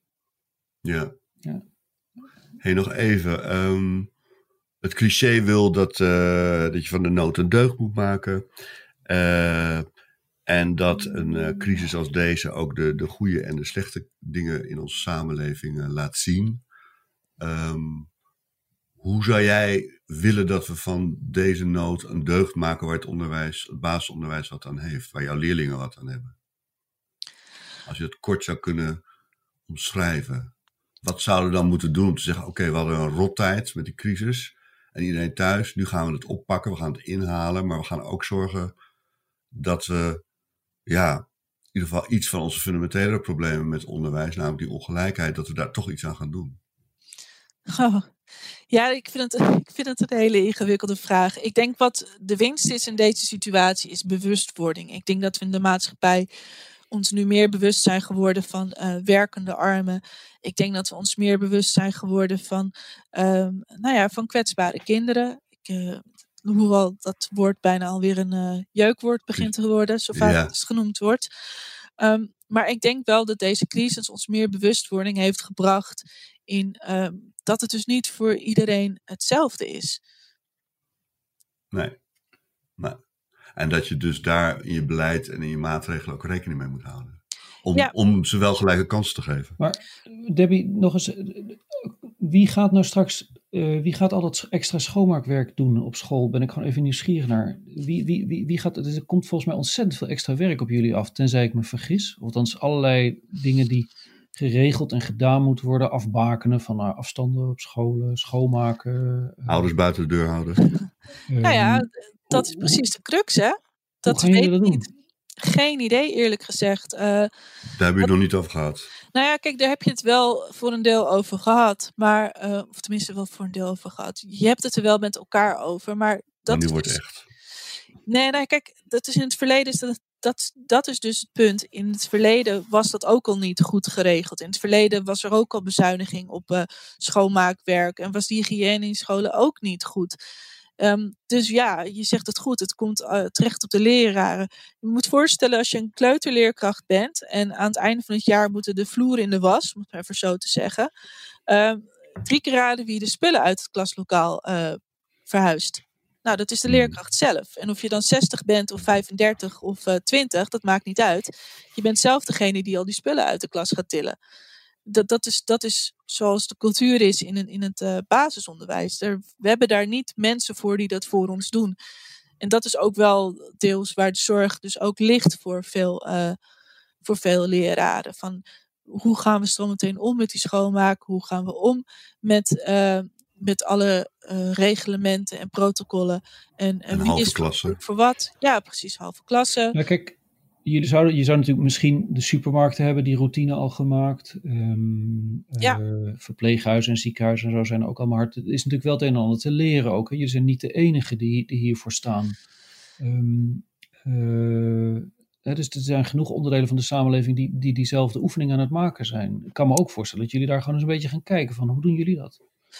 Ja. ja. Hey, nog even... Um... Het cliché wil dat, uh, dat je van de nood een deugd moet maken. Uh, En dat een uh, crisis als deze ook de, de goede en de slechte dingen in onze samenleving uh, laat zien. Um, hoe zou jij willen dat we van deze nood een deugd maken waar het onderwijs, het basisonderwijs wat aan heeft, waar jouw leerlingen wat aan hebben? Als je het kort zou kunnen omschrijven. Wat zouden we dan moeten doen om te zeggen, oké, okay, we hadden een rottijd met die crisis en iedereen thuis, nu gaan we het oppakken, we gaan het inhalen, maar we gaan ook zorgen dat we, ja, in ieder geval iets van onze fundamentele problemen met onderwijs, namelijk die ongelijkheid, dat we daar toch iets aan gaan doen. Oh, ja, ik vind, het, ik vind het een hele ingewikkelde vraag. Ik denk wat de winst is in deze situatie is bewustwording. Ik denk dat we in de maatschappij ons nu meer bewust zijn geworden van uh, werkende armen. Ik denk dat we ons meer bewust zijn geworden van, um, nou ja, van kwetsbare kinderen. Ik, uh, hoewel dat woord bijna alweer een uh, jeukwoord begint te worden, zo vaak ja. het genoemd wordt. Um, maar ik denk wel dat deze crisis ons meer bewustwording heeft gebracht in um, dat het dus niet voor iedereen hetzelfde is. Nee. nee. En dat je dus daar in je beleid en in je maatregelen ook rekening mee moet houden. Om, ja. om ze wel gelijke kansen te geven. Maar Debbie, nog eens. Wie gaat nou straks, uh, wie gaat al dat extra schoonmaakwerk doen op school? Ben ik gewoon even nieuwsgierig naar. Wie, wie, wie, wie gaat, er komt volgens mij ontzettend veel extra werk op jullie af, tenzij ik me vergis. Of althans allerlei dingen die geregeld en gedaan moeten worden. Afbakenen van uh, afstanden op scholen, schoonmaken. Uh, Ouders buiten de deur houden. uh, nou ja, dat is precies de crux, hè? Dat hoe gaan jullie dat doen? Niet. Geen idee, eerlijk gezegd. Uh, daar hebben we het nog niet over gehad. Nou ja, kijk, daar heb je het wel voor een deel over gehad. Maar, uh, of tenminste wel voor een deel over gehad. Je hebt het er wel met elkaar over. Maar dat nu is wordt dus... echt. Nee, nee, kijk, dat is in het verleden... Is dat, dat, dat is dus het punt. In het verleden was dat ook al niet goed geregeld. In het verleden was er ook al bezuiniging op uh, schoonmaakwerk. En was die hygiëne in scholen ook niet goed. Um, dus ja, je zegt het goed. Het komt uh, terecht op de leraren. Je moet voorstellen als je een kleuterleerkracht bent en aan het einde van het jaar moeten de vloeren in de was, om het maar even zo te zeggen. Uh, drie keer raden wie de spullen uit het klaslokaal uh, verhuist. Nou, dat is de leerkracht zelf. En of je dan zestig bent of vijfendertig of uh, twintig, dat maakt niet uit. Je bent zelf degene die al die spullen uit de klas gaat tillen. Dat, dat, is, dat is zoals de cultuur is in, een, in het uh, basisonderwijs. Er, we hebben daar niet mensen voor die dat voor ons doen. En dat is ook wel deels waar de zorg dus ook ligt voor veel, uh, voor veel leraren. Van hoe gaan we zo meteen om met die schoonmaak? Hoe gaan we om met, uh, met alle uh, reglementen en protocollen? En, en, en wie is klasse. voor wat? Ja, precies, halve klasse. Ja, kijk. Jullie zouden, je zou natuurlijk misschien de supermarkten hebben die routine al gemaakt. Um, ja. uh, verpleeghuizen en ziekenhuizen en zo zijn ook allemaal hard. Het is natuurlijk wel het een en ander te leren ook. Hè? Jullie zijn niet de enige die, die hiervoor staan. Um, uh, hè, dus er zijn genoeg onderdelen van de samenleving die, die diezelfde oefening aan het maken zijn. Ik kan me ook voorstellen dat jullie daar gewoon eens een beetje gaan kijken van hoe doen jullie dat?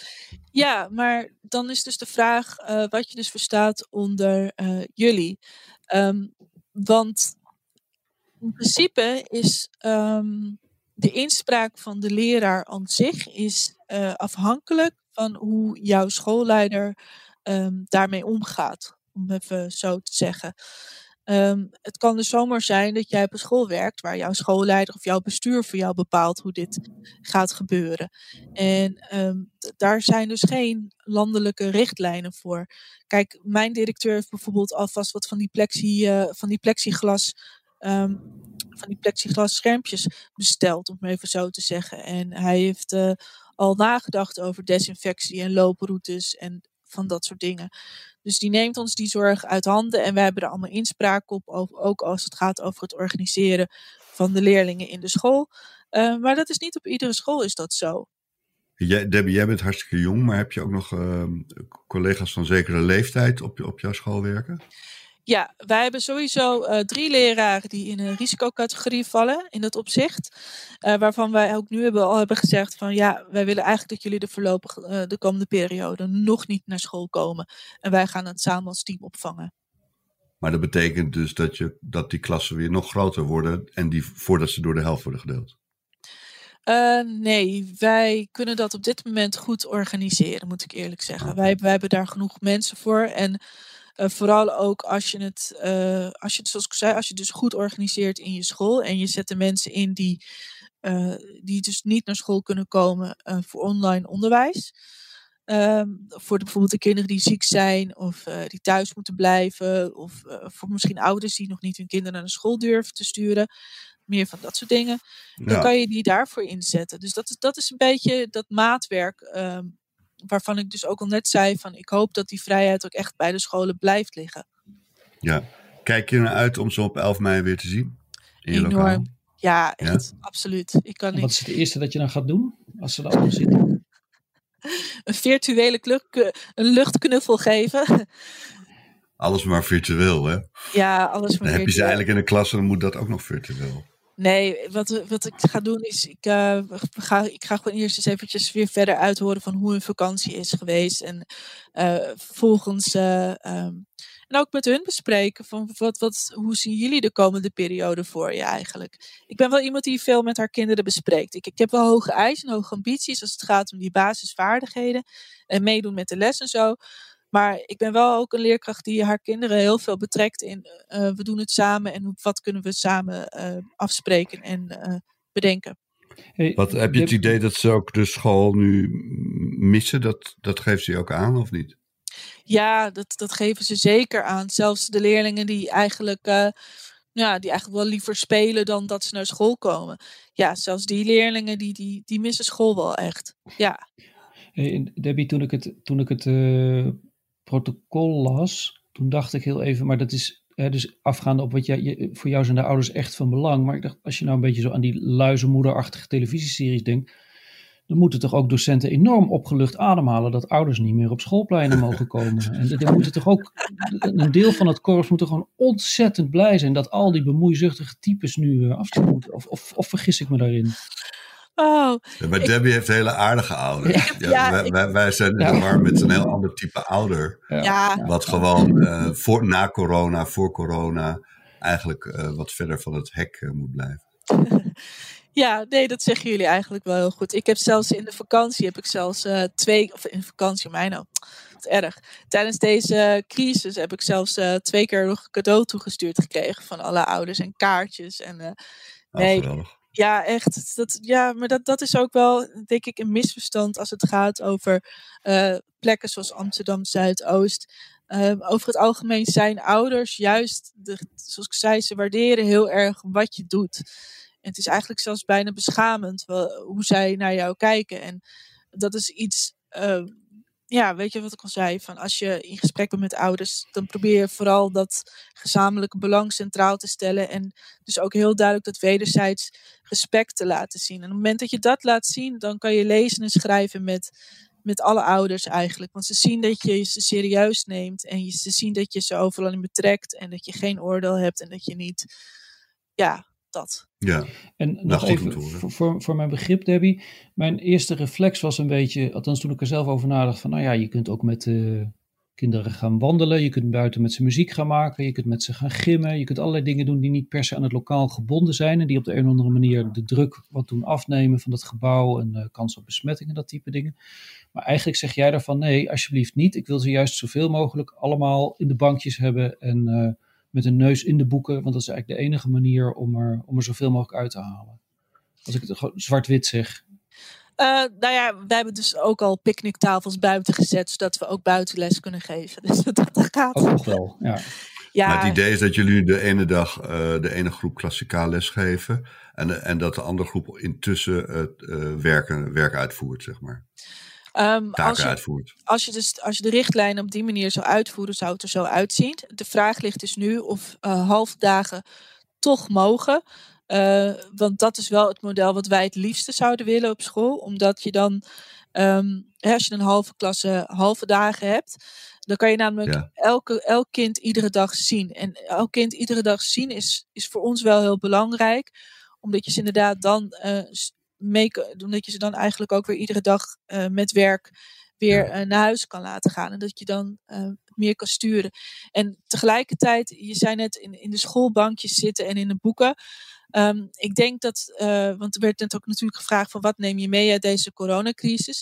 Ja, maar dan is dus de vraag uh, wat je dus verstaat onder uh, jullie. Um, want in principe is um, de inspraak van de leraar aan zich is uh, afhankelijk van hoe jouw schoolleider um, daarmee omgaat. Om even zo te zeggen. Um, het kan dus zomaar zijn dat jij op een school werkt waar jouw schoolleider of jouw bestuur voor jou bepaalt hoe dit gaat gebeuren. En um, d- daar zijn dus geen landelijke richtlijnen voor. Kijk, mijn directeur heeft bijvoorbeeld alvast wat van die, plexi, uh, van die plexiglas... Um, van die plexiglas schermpjes besteld, om het even zo te zeggen. En hij heeft uh, al nagedacht over desinfectie en looproutes en van dat soort dingen. Dus die neemt ons die zorg uit handen en wij hebben er allemaal inspraak op, ook als het gaat over het organiseren van de leerlingen in de school. Uh, maar dat is niet op iedere school is dat zo. Jij, Debbie, jij bent hartstikke jong, maar heb je ook nog uh, collega's van zekere leeftijd op, op jouw school werken? Ja, wij hebben sowieso uh, drie leraren die in een risicocategorie vallen in dat opzicht. Uh, waarvan wij ook nu hebben, al hebben gezegd van ja, wij willen eigenlijk dat jullie de voorlopig uh, de komende periode nog niet naar school komen. En wij gaan het samen als team opvangen. Maar dat betekent dus dat, je, dat die klassen weer nog groter worden en die voordat ze door de helft worden gedeeld? Uh, nee, wij kunnen dat op dit moment goed organiseren, moet ik eerlijk zeggen. Wij, wij hebben daar genoeg mensen voor en Uh, vooral ook als je het, uh, als je het, zoals ik zei, als je het dus goed organiseert in je school en je zet de mensen in die, uh, die dus niet naar school kunnen komen uh, voor online onderwijs. Um, voor de, bijvoorbeeld de kinderen die ziek zijn of uh, die thuis moeten blijven. Of uh, voor misschien ouders die nog niet hun kinderen naar de school durven te sturen. Meer van dat soort dingen. Ja. Dan kan je die daarvoor inzetten. Dus dat is, dat is een beetje dat maatwerk. Um, waarvan ik dus ook al net zei van ik hoop dat die vrijheid ook echt bij de scholen blijft liggen. Ja. Kijk je er uit om ze op elf mei weer te zien? In je Enorm. lokaal? Ja, echt. Ja? Absoluut. Ik kan niet... Wat is het eerste dat je dan gaat doen? Als ze er allemaal zitten? Een virtuele kluk, een luchtknuffel geven. Alles maar virtueel, hè? Ja, alles maar virtueel. Dan heb je ze eigenlijk in de klas en dan moet dat ook nog virtueel. Nee, wat, wat ik ga doen is, ik, uh, ga, ik ga gewoon eerst eens eventjes weer verder uithoren van hoe hun vakantie is geweest. En uh, vervolgens, uh, um, en ook met hun bespreken van wat, wat, hoe zien jullie de komende periode voor je eigenlijk. Ik ben wel iemand die veel met haar kinderen bespreekt. Ik, ik heb wel hoge eisen en hoge ambities als het gaat om die basisvaardigheden en meedoen met de les en zo. Maar ik ben wel ook een leerkracht die haar kinderen heel veel betrekt in uh, we doen het samen en wat kunnen we samen uh, afspreken en uh, bedenken. Hey, wat, heb je het idee dat ze ook de school nu missen? Dat, dat geeft ze ook aan of niet? Ja, dat, dat geven ze zeker aan. Zelfs de leerlingen die eigenlijk, uh, ja, die eigenlijk wel liever spelen dan dat ze naar school komen. Ja, zelfs die leerlingen die, die, die missen school wel echt. Ja. Hey, Debbie, toen ik het, toen ik het uh... protocol las, toen dacht ik heel even, maar dat is hè, dus afgaande op wat jij, je, voor jou zijn de ouders echt van belang, maar ik dacht, als je nou een beetje zo aan die luizenmoederachtige televisieseries denkt, dan moeten toch ook docenten enorm opgelucht ademhalen dat ouders niet meer op schoolpleinen mogen komen. En dan moeten toch ook, een deel van het korps moet toch gewoon ontzettend blij zijn dat al die bemoeizuchtige types nu uh, afstand moeten, of, of, of vergis ik me daarin? Oh, ja, maar ik, Debbie heeft hele aardige ouders. Ja. Ja, ja, wij, ik, wij, wij zijn in de war met een heel ander type ouder. Ja. Wat gewoon uh, voor, na corona, voor corona, eigenlijk uh, wat verder van het hek uh, moet blijven. Ja, nee, dat zeggen jullie eigenlijk wel heel goed. Ik heb zelfs in de vakantie, heb ik zelfs uh, twee, of in de vakantie, mij nou, wat erg. Tijdens deze crisis heb ik zelfs uh, twee keer nog een cadeau toegestuurd gekregen van alle ouders en kaartjes. En, uh, nee, oh, ja, echt. Dat, ja, maar dat, dat is ook wel, denk ik, een misverstand als het gaat over uh, plekken zoals Amsterdam Zuidoost. Uh, over het algemeen zijn ouders juist, de, zoals ik zei, ze waarderen heel erg wat je doet. En het is eigenlijk zelfs bijna beschamend wel, hoe zij naar jou kijken. En dat is iets, uh, ja, weet je wat ik al zei, van als je in gesprek bent met ouders, dan probeer je vooral dat gezamenlijke belang centraal te stellen en dus ook heel duidelijk dat wederzijds respect te laten zien. En op het moment dat je dat laat zien, dan kan je lezen en schrijven met, met alle ouders eigenlijk. Want ze zien dat je ze serieus neemt en je, ze zien dat je ze overal in betrekt en dat je geen oordeel hebt en dat je niet, ja, dat. Ja, en nog nou, even voor, voor, voor mijn begrip, Debbie. Mijn eerste reflex was een beetje, althans toen ik er zelf over nadacht, van nou ja, je kunt ook met uh, kinderen gaan wandelen, je kunt buiten met ze muziek gaan maken, je kunt met ze gaan gimmen, je kunt allerlei dingen doen die niet per se aan het lokaal gebonden zijn en die op de een of andere manier de druk wat doen afnemen van het gebouw en uh, kans op besmettingen, dat type dingen. Maar eigenlijk zeg jij daarvan, nee, alsjeblieft niet. Ik wil ze juist zoveel mogelijk allemaal in de bankjes hebben en uh, met een neus in de boeken, want dat is eigenlijk de enige manier om er, om er zoveel mogelijk uit te halen. Als ik het gewoon zwart-wit zeg. Uh, nou ja, wij hebben dus ook al picknicktafels buiten gezet, zodat we ook buitenles kunnen geven. Dus dat, dat gaat. Ook nog wel, ja. Ja. Maar het idee is dat jullie de ene dag uh, de ene groep klassikaal les geven en, en dat de andere groep intussen het uh, werken, werk uitvoert, zeg maar. Um, Taken als je, uitvoert. Als je, dus, als je de richtlijnen op die manier zou uitvoeren, zou het er zo uitzien. De vraag ligt dus nu of uh, halfdagen toch mogen. Uh, want dat is wel het model wat wij het liefste zouden willen op school. Omdat je dan, um, als je een halve klasse halve dagen hebt, dan kan je namelijk ja. elke, elk kind iedere dag zien. En elk kind iedere dag zien is, is voor ons wel heel belangrijk. Omdat je ze inderdaad dan, uh, mee, omdat je ze dan eigenlijk ook weer iedere dag uh, met werk weer uh, naar huis kan laten gaan. En dat je dan uh, meer kan sturen. En tegelijkertijd, je zei net in, in de schoolbankjes zitten en in de boeken. Um, ik denk dat, uh, want er werd net ook natuurlijk gevraagd van wat neem je mee uit deze coronacrisis.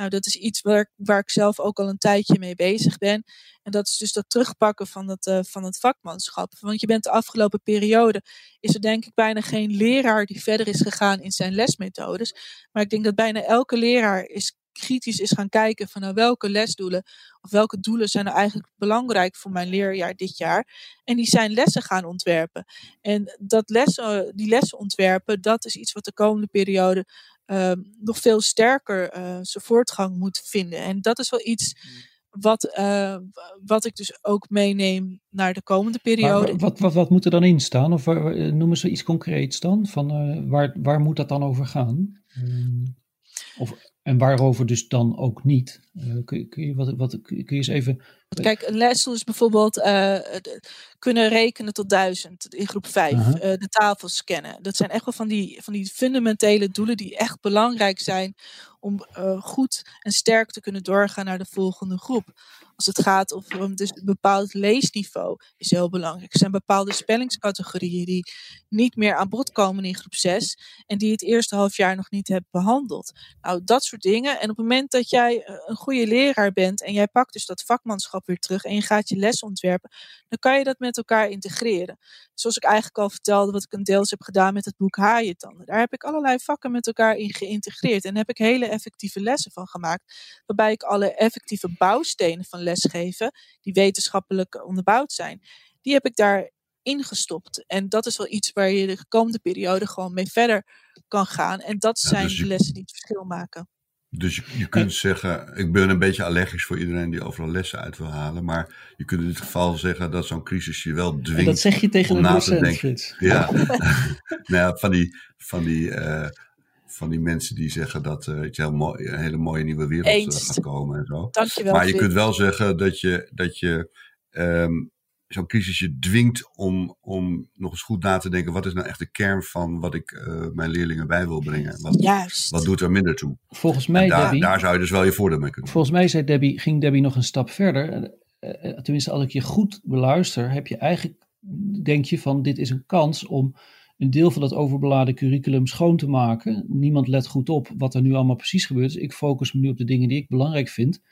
Nou, dat is iets waar, waar ik zelf ook al een tijdje mee bezig ben. En dat is dus dat terugpakken van het, uh, van het vakmanschap. Want je bent de afgelopen periode, is er denk ik bijna geen leraar die verder is gegaan in zijn lesmethodes. Maar ik denk dat bijna elke leraar is kritisch is gaan kijken van nou, welke lesdoelen of welke doelen zijn nou eigenlijk belangrijk voor mijn leerjaar dit jaar. En die zijn lessen gaan ontwerpen. En dat lessen, die lessen ontwerpen, dat is iets wat de komende periode uh, nog veel sterker uh, zijn voortgang moet vinden. En dat is wel iets wat, uh, wat ik dus ook meeneem naar de komende periode. Maar wat, wat, wat moet er dan in staan? Of waar, noemen ze iets concreets dan? Van, uh, waar, waar moet dat dan over gaan? Um, of... En waarover dus dan ook niet? Uh, kun, kun, je wat, wat, kun je eens even... Kijk, een lesdoel is bijvoorbeeld uh, de, kunnen rekenen tot duizend in groep vijf. Uh-huh. Uh, de tafel scannen. Dat zijn echt wel van die, van die fundamentele doelen die echt belangrijk zijn om uh, goed en sterk te kunnen doorgaan naar de volgende groep. Als het gaat om, om dus een bepaald leesniveau is heel belangrijk. Er zijn bepaalde spellingscategorieën die niet meer aan bod komen in groep zes en die het eerste half jaar nog niet hebt behandeld. Nou, dat soort dingen. En op het moment dat jij een goede leraar bent en jij pakt dus dat vakmanschap weer terug en je gaat je les ontwerpen, dan kan je dat met elkaar integreren. Zoals ik eigenlijk al vertelde, wat ik een deels heb gedaan met het boek Haaientanden. Daar heb ik allerlei vakken met elkaar in geïntegreerd en heb ik hele effectieve lessen van gemaakt, waarbij ik alle effectieve bouwstenen van lesgeven, die wetenschappelijk onderbouwd zijn, die heb ik daar ingestopt. En dat is wel iets waar je de komende periode gewoon mee verder kan gaan. En dat ja, zijn dus je, de lessen die het verschil maken. Dus je, je kunt zeggen, ik ben een beetje allergisch voor iedereen die overal lessen uit wil halen, maar je kunt in dit geval zeggen dat zo'n crisis je wel dwingt. En dat zeg je tegen een docent, Frits. Ja, nou ja, van die, van die, uh, van die mensen die zeggen dat uh, het heel mooi, een hele mooie nieuwe wereld Eens. gaat komen en zo. Dankjewel. Maar je kunt wel zeggen dat je, dat je um, zo'n crisis je dwingt om, om nog eens goed na te denken, wat is nou echt de kern van wat ik uh, mijn leerlingen bij wil brengen? Wat, Juist. Wat doet er minder toe? Volgens mij, daar, Debbie, daar zou je dus wel je voordeel mee kunnen. Volgens mij zei Debbie, ging Debbie nog een stap verder. Uh, tenminste, als ik je goed beluister, heb je eigenlijk, denk je van, dit is een kans om een deel van dat overbeladen curriculum schoon te maken. Niemand let goed op wat er nu allemaal precies gebeurt. Dus ik focus me nu op de dingen die ik belangrijk vind.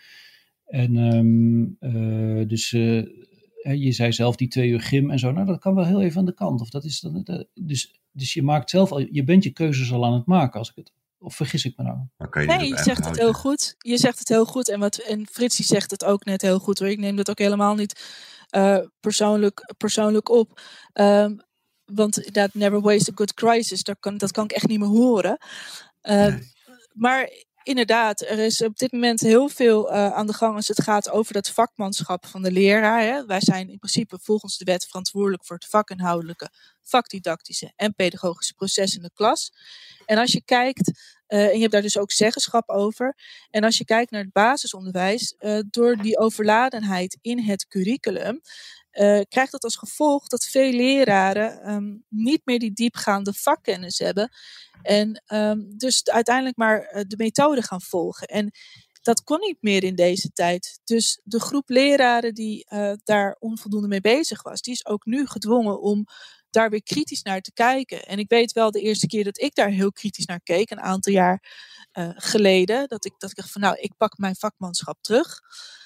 En um, uh, dus... Uh, je zei zelf die twee uur gym en zo. Nou, dat kan wel heel even aan de kant. Of dat is dan, dus, dus je maakt zelf al, je bent je keuzes al aan het maken, als ik het, of vergis ik me nou? Je nee, je zegt het heel goed. Je zegt het heel goed. En, wat, en Fritsie zegt het ook net heel goed hoor. Ik neem dat ook helemaal niet uh, persoonlijk, persoonlijk op. Um, want dat never waste a good crisis, dat kan, dat kan ik echt niet meer horen. Uh, nee. Maar inderdaad, er is op dit moment heel veel uh, aan de gang als het gaat over dat vakmanschap van de leraar. Hè. Wij zijn in principe volgens de wet verantwoordelijk voor het vakinhoudelijke, vakdidactische en pedagogische proces in de klas. En als je kijkt, uh, en je hebt daar dus ook zeggenschap over, en als je kijkt naar het basisonderwijs, uh, door die overladenheid in het curriculum, Uh, krijgt dat als gevolg dat veel leraren um, niet meer die diepgaande vakkennis hebben en um, dus uiteindelijk maar uh, de methode gaan volgen. En dat kon niet meer in deze tijd. Dus de groep leraren die uh, daar onvoldoende mee bezig was, die is ook nu gedwongen om daar weer kritisch naar te kijken. En ik weet wel de eerste keer dat ik daar heel kritisch naar keek, een aantal jaar uh, geleden, dat ik, dat ik dacht van nou, ik pak mijn vakmanschap terug.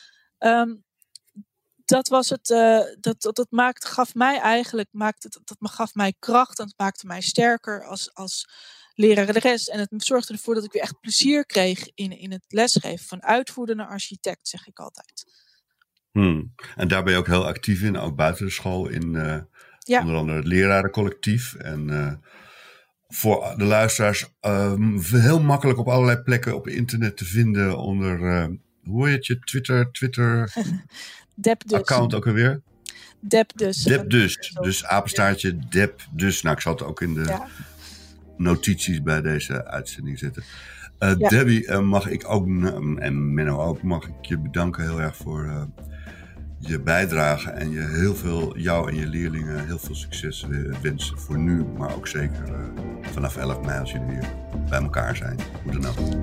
Um, Dat was het, uh, dat, dat, dat maakte, gaf mij eigenlijk, maakte, dat, dat gaf mij kracht en het maakte mij sterker als, als lerares. En het zorgde ervoor dat ik weer echt plezier kreeg in, in het lesgeven. Van uitvoerder naar architect, zeg ik altijd. Hmm. En daar ben je ook heel actief in, ook buiten de school, in uh, ja. onder andere het lerarencollectief. En uh, voor de luisteraars um, heel makkelijk op allerlei plekken op internet te vinden onder, uh, hoe heet je, Twitter, Twitter... Dep dus. Account ook alweer? Dep dus. Dep dus. Dus apenstaartje Dep dus. Nou, ik zal het ook in de ja. notities bij deze uitzending zetten. Uh, ja. Debbie, uh, mag ik ook, uh, en Menno ook, mag ik je bedanken heel erg voor uh, je bijdrage. En je heel veel, jou en je leerlingen heel veel succes wensen voor nu. Maar ook zeker uh, vanaf elf mei als jullie weer bij elkaar zijn. Hoe dan ook.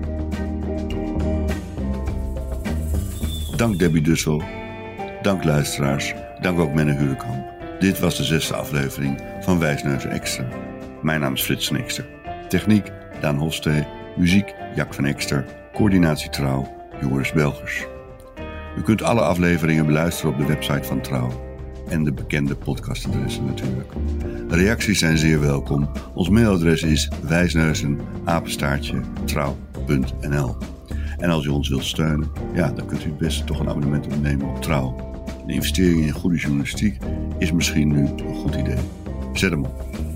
Dank Debbie Dussel. Dank luisteraars, dank ook Menno Hurekamp. Dit was de zesde aflevering van Wijsneuzen Extra. Mijn naam is Frits van Ekster. Techniek, Daan Hofstee. Muziek, Jack van Ekster. Coördinatie Trouw, Joris Belgers. U kunt alle afleveringen beluisteren op de website van Trouw. En de bekende podcastadressen natuurlijk. Reacties zijn zeer welkom. Ons mailadres is wijsneuzen apenstaartje trouw punt n l. En als u ons wilt steunen, ja, dan kunt u het beste toch een abonnement opnemen op Trouw. Een investering in goede journalistiek is misschien nu een goed idee. Zet hem op.